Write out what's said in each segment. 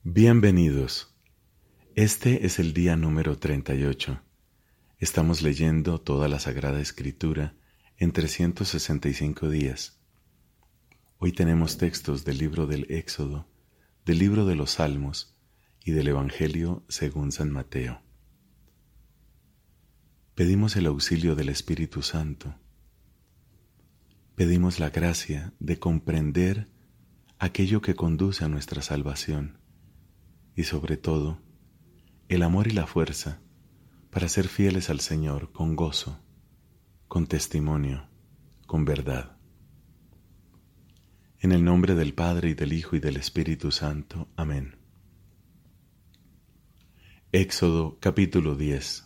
Bienvenidos. Este es el día número 38. Estamos leyendo toda la Sagrada Escritura en 365 días. Hoy tenemos textos del libro del Éxodo, del libro de los Salmos y del Evangelio según San Mateo. Pedimos el auxilio del Espíritu Santo. Pedimos la gracia de comprender aquello que conduce a nuestra salvación y sobre todo el amor y la fuerza para ser fieles al Señor con gozo, con testimonio, con verdad. En el nombre del Padre y del Hijo y del Espíritu Santo. Amén. Éxodo capítulo 10.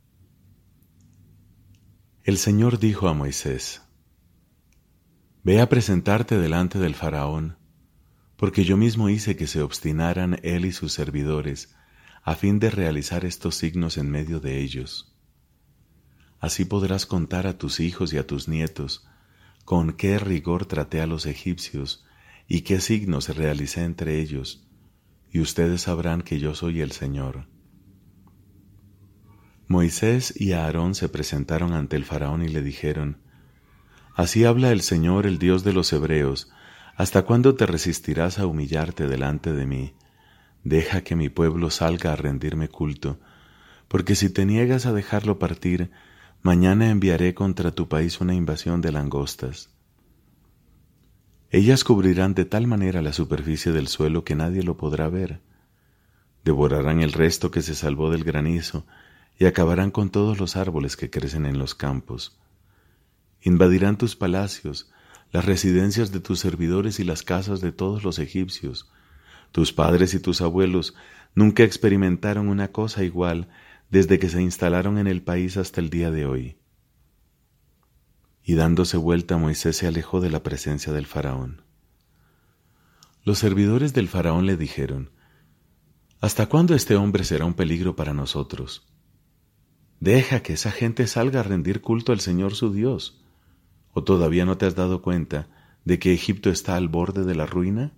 El Señor dijo a Moisés: Ve a presentarte delante del faraón, porque yo mismo hice que se obstinaran él y sus servidores, a fin de realizar estos signos en medio de ellos. Así podrás contar a tus hijos y a tus nietos con qué rigor traté a los egipcios y qué signos realicé entre ellos, y ustedes sabrán que yo soy el Señor. Moisés y Aarón se presentaron ante el faraón y le dijeron: Así habla el Señor, el Dios de los hebreos: ¿Hasta cuándo te resistirás a humillarte delante de mí? Deja que mi pueblo salga a rendirme culto, porque si te niegas a dejarlo partir, mañana enviaré contra tu país una invasión de langostas. Ellas cubrirán de tal manera la superficie del suelo que nadie lo podrá ver. Devorarán el resto que se salvó del granizo y acabarán con todos los árboles que crecen en los campos. Invadirán tus palacios, las residencias de tus servidores y las casas de todos los egipcios. Tus padres y tus abuelos nunca experimentaron una cosa igual desde que se instalaron en el país hasta el día de hoy. Y dándose vuelta, Moisés se alejó de la presencia del faraón. Los servidores del faraón le dijeron: ¿Hasta cuándo este hombre será un peligro para nosotros? Deja que esa gente salga a rendir culto al Señor su Dios. ¿O todavía no te has dado cuenta de que Egipto está al borde de la ruina?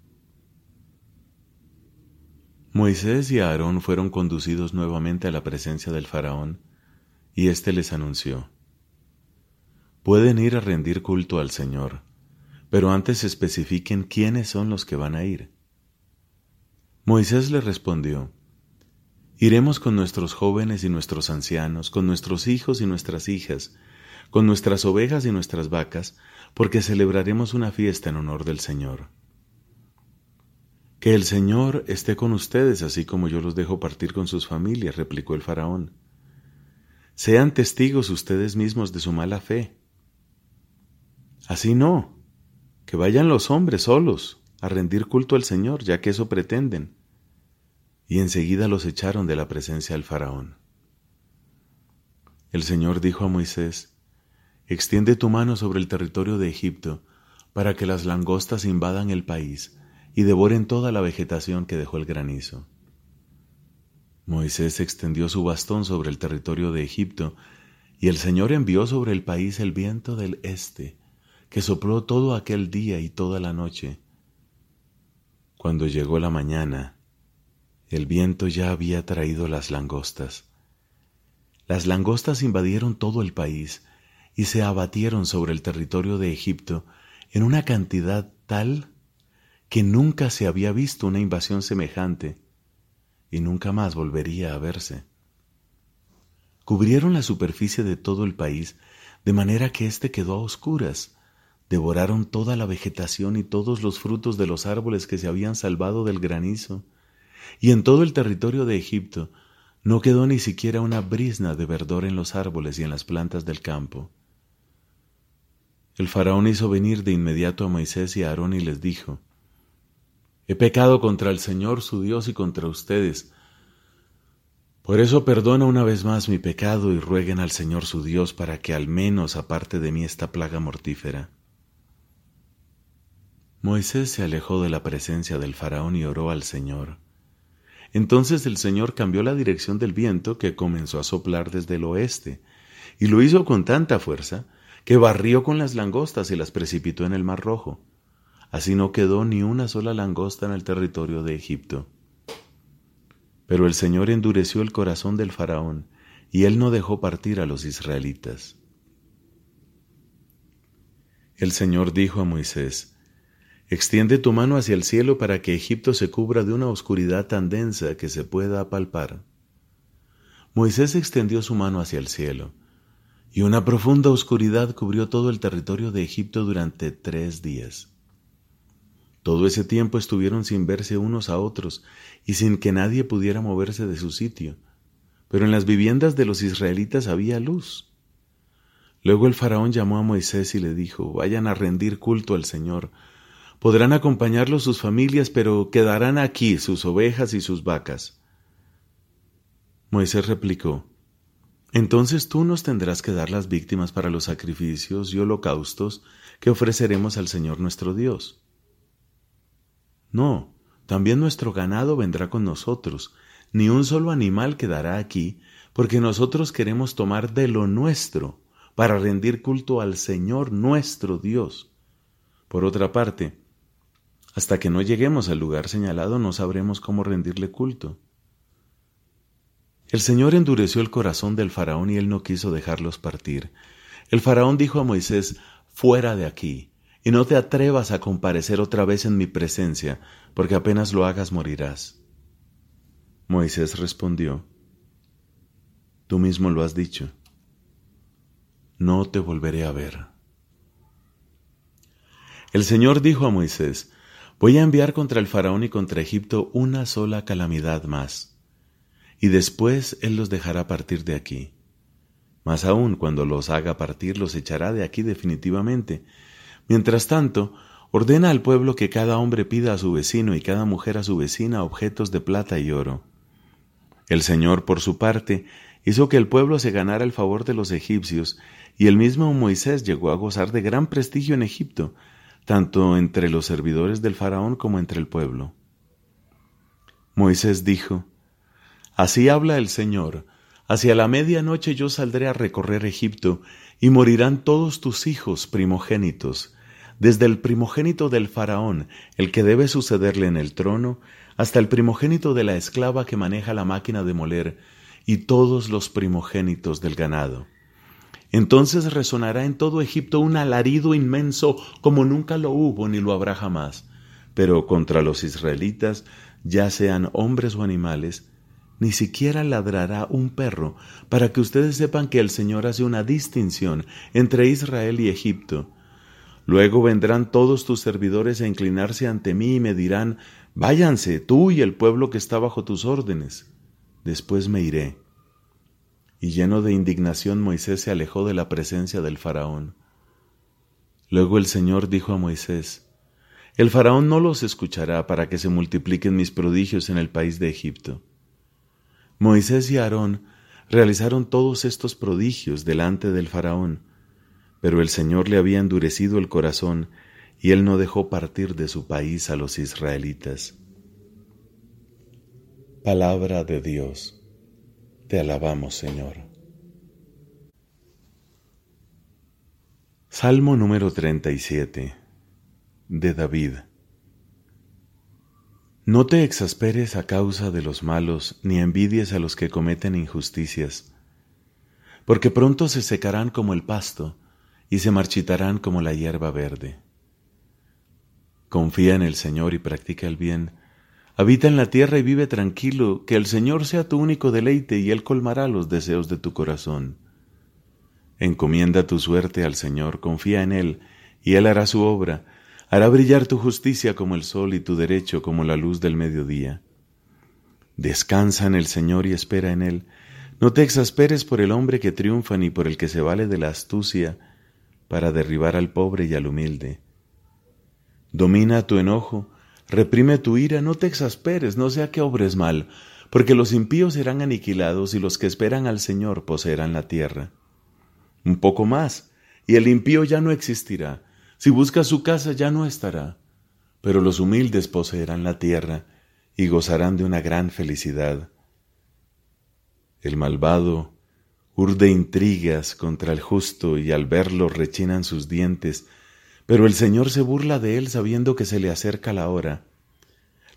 Moisés y Aarón fueron conducidos nuevamente a la presencia del faraón, y éste les anunció: Pueden ir a rendir culto al Señor, pero antes especifiquen quiénes son los que van a ir. Moisés les respondió: Iremos con nuestros jóvenes y nuestros ancianos, con nuestros hijos y nuestras hijas, con nuestras ovejas y nuestras vacas, porque celebraremos una fiesta en honor del Señor. Que el Señor esté con ustedes, así como yo los dejo partir con sus familias, replicó el faraón. Sean testigos ustedes mismos de su mala fe. Así no, que vayan los hombres solos a rendir culto al Señor, ya que eso pretenden. Y enseguida los echaron de la presencia del faraón. El Señor dijo a Moisés: Extiende tu mano sobre el territorio de Egipto, para que las langostas invadan el país y devoren toda la vegetación que dejó el granizo. Moisés extendió su bastón sobre el territorio de Egipto, y el Señor envió sobre el país el viento del este, que sopló todo aquel día y toda la noche. Cuando llegó la mañana, el viento ya había traído las langostas. Las langostas invadieron todo el país y se abatieron sobre el territorio de Egipto en una cantidad tal que nunca se había visto una invasión semejante y nunca más volvería a verse. Cubrieron la superficie de todo el país de manera que éste quedó a oscuras. Devoraron toda la vegetación y todos los frutos de los árboles que se habían salvado del granizo, y en todo el territorio de Egipto no quedó ni siquiera una brizna de verdor en los árboles y en las plantas del campo. El faraón hizo venir de inmediato a Moisés y a Aarón y les dijo: He pecado contra el Señor su Dios y contra ustedes. Por eso perdona una vez más mi pecado y rueguen al Señor su Dios para que al menos aparte de mí esta plaga mortífera. Moisés se alejó de la presencia del faraón y oró al Señor. Entonces el Señor cambió la dirección del viento, que comenzó a soplar desde el oeste, y lo hizo con tanta fuerza que barrió con las langostas y las precipitó en el Mar Rojo. Así no quedó ni una sola langosta en el territorio de Egipto. Pero el Señor endureció el corazón del faraón, y él no dejó partir a los israelitas. El Señor dijo a Moisés: extiende tu mano hacia el cielo para que Egipto se cubra de una oscuridad tan densa que se pueda palpar. Moisés extendió su mano hacia el cielo, y una profunda oscuridad cubrió todo el territorio de Egipto durante 3 días. Todo ese tiempo estuvieron sin verse unos a otros y sin que nadie pudiera moverse de su sitio, pero en las viviendas de los israelitas había luz. Luego el faraón llamó a Moisés y le dijo: vayan a rendir culto al Señor. Podrán acompañarlos sus familias, pero quedarán aquí sus ovejas y sus vacas. Moisés replicó: entonces tú nos tendrás que dar las víctimas para los sacrificios y holocaustos que ofreceremos al Señor nuestro Dios. No, también nuestro ganado vendrá con nosotros, ni un solo animal quedará aquí, porque nosotros queremos tomar de lo nuestro para rendir culto al Señor nuestro Dios. Por otra parte, hasta que no lleguemos al lugar señalado no sabremos cómo rendirle culto. El Señor endureció el corazón del faraón y él no quiso dejarlos partir. El faraón dijo a Moisés: fuera de aquí, y no te atrevas a comparecer otra vez en mi presencia, porque apenas lo hagas morirás. Moisés respondió: tú mismo lo has dicho, no te volveré a ver. El Señor dijo a Moisés: voy a enviar contra el faraón y contra Egipto una sola calamidad más, y después él los dejará partir de aquí. Más aún, cuando los haga partir, los echará de aquí definitivamente. Mientras tanto, ordena al pueblo que cada hombre pida a su vecino y cada mujer a su vecina objetos de plata y oro. El Señor, por su parte, hizo que el pueblo se ganara el favor de los egipcios, y el mismo Moisés llegó a gozar de gran prestigio en Egipto, tanto entre los servidores del faraón como entre el pueblo. Moisés dijo: así habla el Señor: hacia la medianoche yo saldré a recorrer Egipto, y morirán todos tus hijos primogénitos, desde el primogénito del faraón, el que debe sucederle en el trono, hasta el primogénito de la esclava que maneja la máquina de moler, y todos los primogénitos del ganado. Entonces resonará en todo Egipto un alarido inmenso como nunca lo hubo ni lo habrá jamás. Pero contra los israelitas, ya sean hombres o animales, ni siquiera ladrará un perro, para que ustedes sepan que el Señor hace una distinción entre Israel y Egipto. Luego vendrán todos tus servidores a inclinarse ante mí y me dirán: váyanse, tú y el pueblo que está bajo tus órdenes. Después me iré. Y lleno de indignación, Moisés se alejó de la presencia del faraón. Luego el Señor dijo a Moisés: el faraón no los escuchará para que se multipliquen mis prodigios en el país de Egipto. Moisés y Aarón realizaron todos estos prodigios delante del faraón, pero el Señor le había endurecido el corazón y él no dejó partir de su país a los israelitas. Palabra de Dios. Te alabamos, Señor. Salmo número 37, de David. No te exasperes a causa de los malos, ni envidies a los que cometen injusticias, porque pronto se secarán como el pasto, y se marchitarán como la hierba verde. Confía en el Señor y practica el bien. Habita en la tierra y vive tranquilo, que el Señor sea tu único deleite y Él colmará los deseos de tu corazón. Encomienda tu suerte al Señor, confía en Él, y Él hará su obra. Hará brillar tu justicia como el sol y tu derecho como la luz del mediodía. Descansa en el Señor y espera en Él. No te exasperes por el hombre que triunfa ni por el que se vale de la astucia para derribar al pobre y al humilde. Domina tu enojo, reprime tu ira, no te exasperes, no sea que obres mal, porque los impíos serán aniquilados y los que esperan al Señor poseerán la tierra. Un poco más, y el impío ya no existirá. Si busca su casa ya no estará, pero los humildes poseerán la tierra y gozarán de una gran felicidad. El malvado urde intrigas contra el justo y al verlo rechinan sus dientes, pero el Señor se burla de él sabiendo que se le acerca la hora.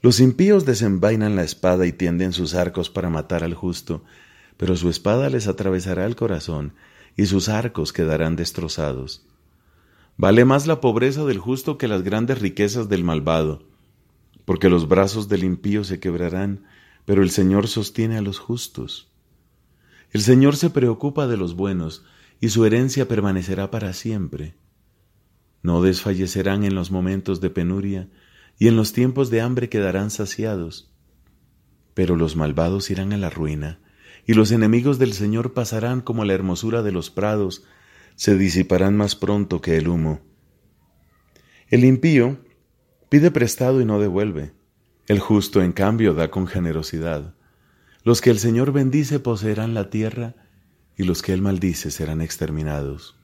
Los impíos desenvainan la espada y tienden sus arcos para matar al justo, pero su espada les atravesará el corazón y sus arcos quedarán destrozados. Vale más la pobreza del justo que las grandes riquezas del malvado, porque los brazos del impío se quebrarán, pero el Señor sostiene a los justos. El Señor se preocupa de los buenos, y su herencia permanecerá para siempre. No desfallecerán en los momentos de penuria, y en los tiempos de hambre quedarán saciados. Pero los malvados irán a la ruina, y los enemigos del Señor pasarán como la hermosura de los prados, se disiparán más pronto que el humo. El impío pide prestado y no devuelve. El justo, en cambio, da con generosidad. Los que el Señor bendice poseerán la tierra, y los que Él maldice serán exterminados.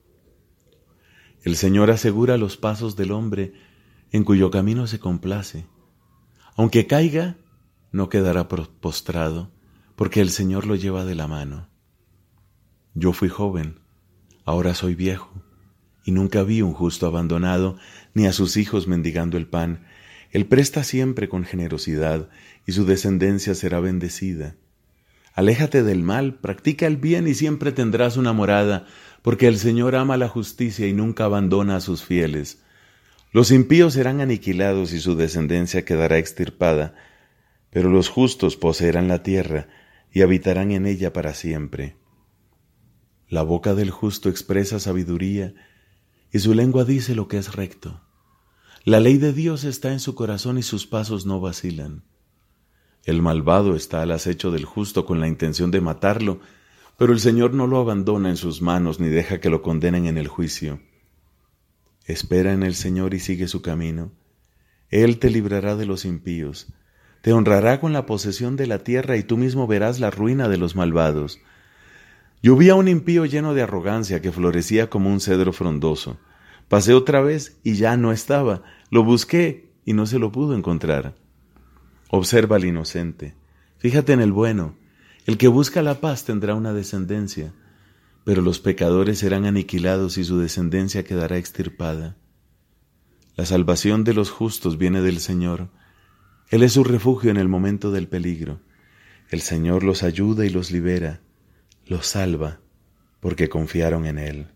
El Señor asegura los pasos del hombre, en cuyo camino se complace. Aunque caiga, no quedará postrado, porque el Señor lo lleva de la mano. Yo fui joven, ahora soy viejo, y nunca vi un justo abandonado, ni a sus hijos mendigando el pan. Él presta siempre con generosidad, y su descendencia será bendecida. Aléjate del mal, practica el bien y siempre tendrás una morada, porque el Señor ama la justicia y nunca abandona a sus fieles. Los impíos serán aniquilados y su descendencia quedará extirpada, pero los justos poseerán la tierra y habitarán en ella para siempre. La boca del justo expresa sabiduría, y su lengua dice lo que es recto. La ley de Dios está en su corazón y sus pasos no vacilan. El malvado está al acecho del justo con la intención de matarlo, pero el Señor no lo abandona en sus manos ni deja que lo condenen en el juicio. Espera en el Señor y sigue su camino. Él te librará de los impíos, te honrará con la posesión de la tierra y tú mismo verás la ruina de los malvados. Yo vi a un impío lleno de arrogancia que florecía como un cedro frondoso. Pasé otra vez y ya no estaba. Lo busqué y no se lo pudo encontrar. Observa al inocente, fíjate en el bueno. El que busca la paz tendrá una descendencia, pero los pecadores serán aniquilados y su descendencia quedará extirpada. La salvación de los justos viene del Señor. Él es su refugio en el momento del peligro. El Señor los ayuda y los libera, los salva, porque confiaron en Él.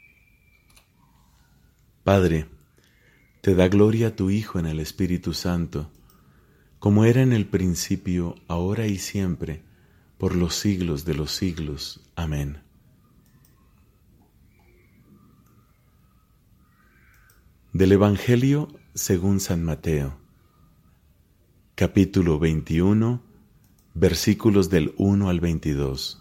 Padre, te da gloria a tu Hijo en el Espíritu Santo, como era en el principio, ahora y siempre, por los siglos de los siglos. Amén. Del Evangelio según San Mateo, capítulo 21, versículos del 1 al 22.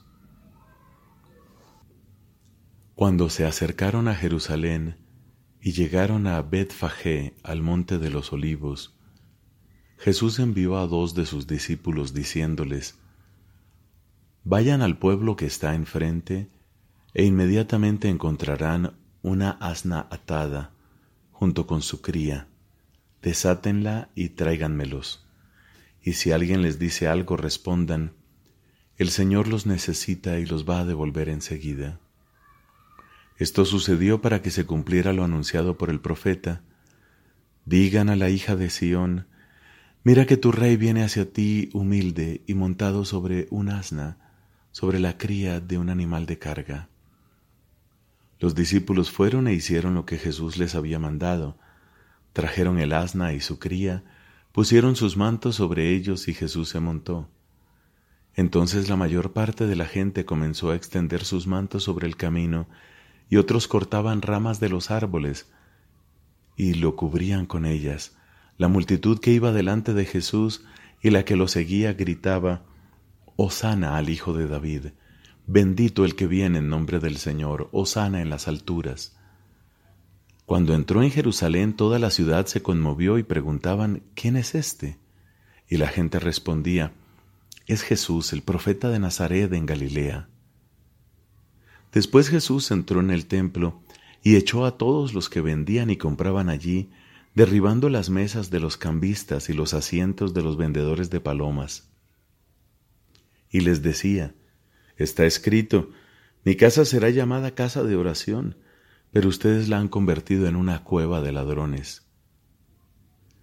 Cuando se acercaron a Jerusalén y llegaron a Betfagé, al monte de los Olivos, Jesús envió a 2 de sus discípulos diciéndoles: Vayan al pueblo que está enfrente e inmediatamente encontrarán una asna atada junto con su cría. Desátenla y tráiganmelos. Y si alguien les dice algo, respondan: El Señor los necesita y los va a devolver enseguida. Esto sucedió para que se cumpliera lo anunciado por el profeta: Digan a la hija de Sión: Mira que tu rey viene hacia ti humilde y montado sobre un asna, sobre la cría de un animal de carga. Los discípulos fueron e hicieron lo que Jesús les había mandado. Trajeron el asna y su cría, pusieron sus mantos sobre ellos y Jesús se montó. Entonces la mayor parte de la gente comenzó a extender sus mantos sobre el camino y otros cortaban ramas de los árboles y lo cubrían con ellas. La multitud que iba delante de Jesús y la que lo seguía gritaba: Hosana al Hijo de David, bendito el que viene en nombre del Señor, hosana en las alturas. Cuando entró en Jerusalén, toda la ciudad se conmovió y preguntaban: ¿Quién es este? Y la gente respondía: Es Jesús, el profeta de Nazaret en Galilea. Después Jesús entró en el templo y echó a todos los que vendían y compraban allí, derribando las mesas de los cambistas y los asientos de los vendedores de palomas. Y les decía: Está escrito, mi casa será llamada casa de oración, pero ustedes la han convertido en una cueva de ladrones.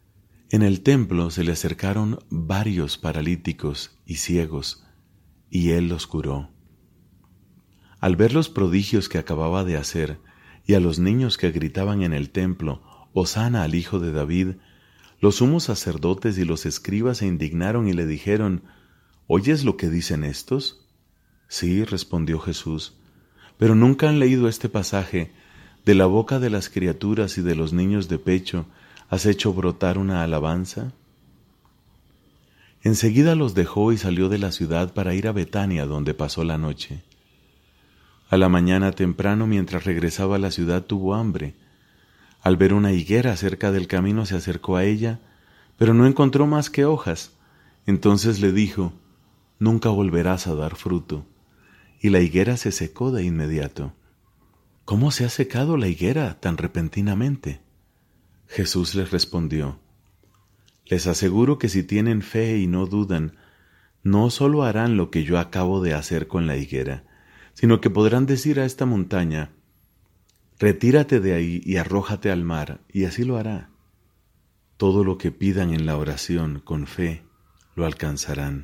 En el templo se le acercaron varios paralíticos y ciegos, y él los curó. Al ver los prodigios que acababa de hacer y a los niños que gritaban en el templo, «Hosana al Hijo de David», los sumos sacerdotes y los escribas se indignaron y le dijeron, «¿Oyes lo que dicen estos?». «Sí», respondió Jesús, «pero nunca han leído este pasaje: de la boca de las criaturas y de los niños de pecho has hecho brotar una alabanza». Enseguida los dejó y salió de la ciudad para ir a Betania, donde pasó la noche. A la mañana temprano, mientras regresaba a la ciudad, tuvo hambre. Al ver una higuera cerca del camino, se acercó a ella, pero no encontró más que hojas. Entonces le dijo, «Nunca volverás a dar fruto». Y la higuera se secó de inmediato. «¿Cómo se ha secado la higuera tan repentinamente?». Jesús les respondió, «Les aseguro que si tienen fe y no dudan, no solo harán lo que yo acabo de hacer con la higuera, sino que podrán decir a esta montaña, retírate de ahí y arrójate al mar, y así lo hará. Todo lo que pidan en la oración con fe, lo alcanzarán».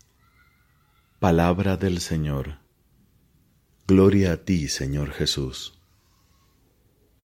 Palabra del Señor. Gloria a ti, Señor Jesús.